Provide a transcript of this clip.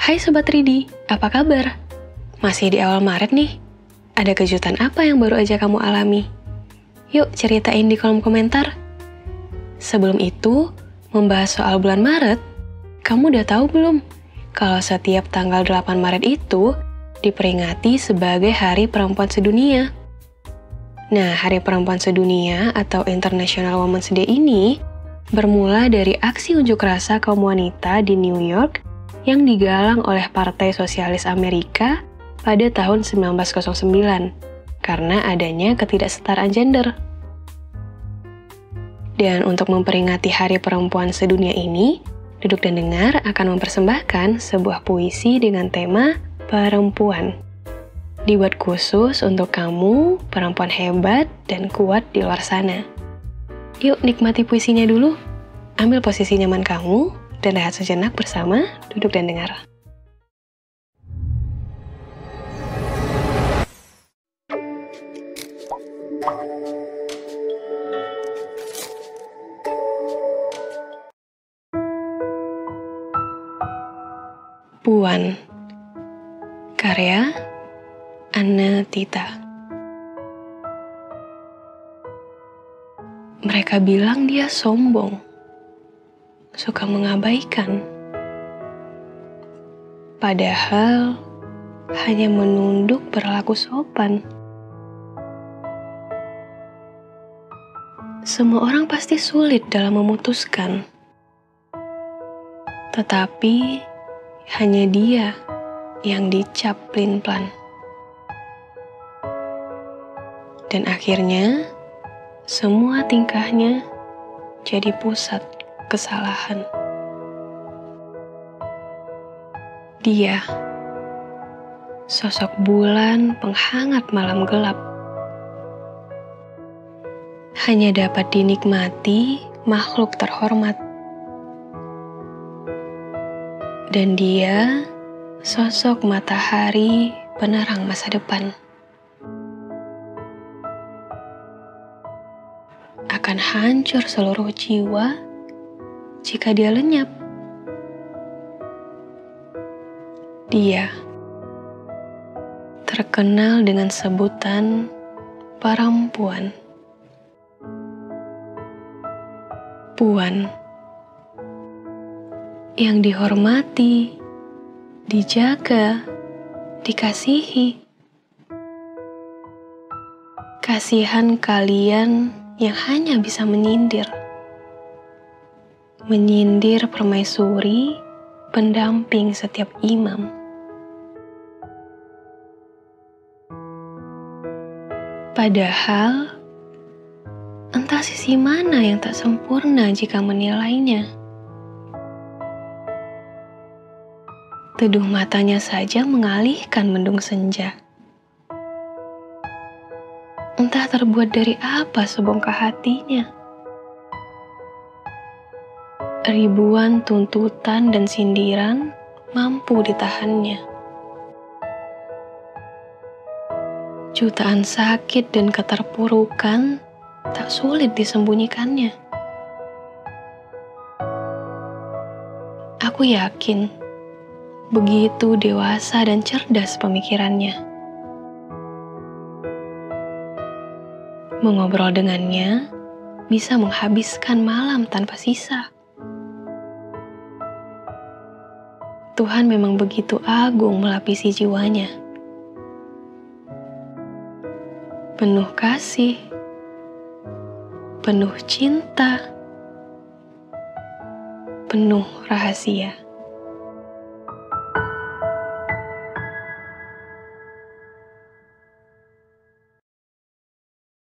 Hai Sobat Ridi, apa kabar? Masih di awal Maret nih, ada kejutan apa yang baru aja kamu alami? Yuk ceritain di kolom komentar. Sebelum itu, membahas soal bulan Maret, kamu udah tahu belum? Kalau setiap tanggal 8 Maret itu diperingati sebagai Hari Perempuan Sedunia. Nah, Hari Perempuan Sedunia atau International Women's Day ini bermula dari aksi unjuk rasa kaum wanita di New York yang digalang oleh Partai Sosialis Amerika pada tahun 1909 karena adanya ketidaksetaraan gender. Dan untuk memperingati Hari Perempuan Sedunia ini, Duduk dan Dengar akan mempersembahkan sebuah puisi dengan tema perempuan. Dibuat khusus untuk kamu, perempuan hebat dan kuat di luar sana. Yuk nikmati puisinya dulu. Ambil posisi nyaman kamu dan rehat sejenak bersama Duduk dan Dengar. Puan, karya Anna Tita. Mereka bilang dia sombong, suka mengabaikan, padahal hanya menunduk berlaku sopan. Semua orang pasti sulit dalam memutuskan, tetapi hanya dia yang dicap plin-plan. Dan akhirnya, semua tingkahnya jadi pusat kesalahan. Dia, sosok bulan penghangat malam gelap, hanya dapat dinikmati makhluk terhormat. Dan dia, sosok matahari penerang masa depan. Akan hancur seluruh jiwa jika dia lenyap. Dia terkenal dengan sebutan perempuan. Puan yang dihormati, dijaga, dikasihi. Kasihan kalian yang hanya bisa menyindir. Menyindir permaisuri, pendamping setiap imam. Padahal, entah sisi mana yang tak sempurna jika menilainya. Teduh matanya saja mengalihkan mendung senja. Entah terbuat dari apa sebongkah hatinya. Ribuan tuntutan dan sindiran mampu ditahannya. Jutaan sakit dan keterpurukan tak sulit disembunyikannya. Aku yakin, begitu dewasa dan cerdas pemikirannya. Mengobrol dengannya bisa menghabiskan malam tanpa sisa. Tuhan memang begitu agung melapisi jiwanya. Penuh kasih, penuh cinta, penuh rahasia.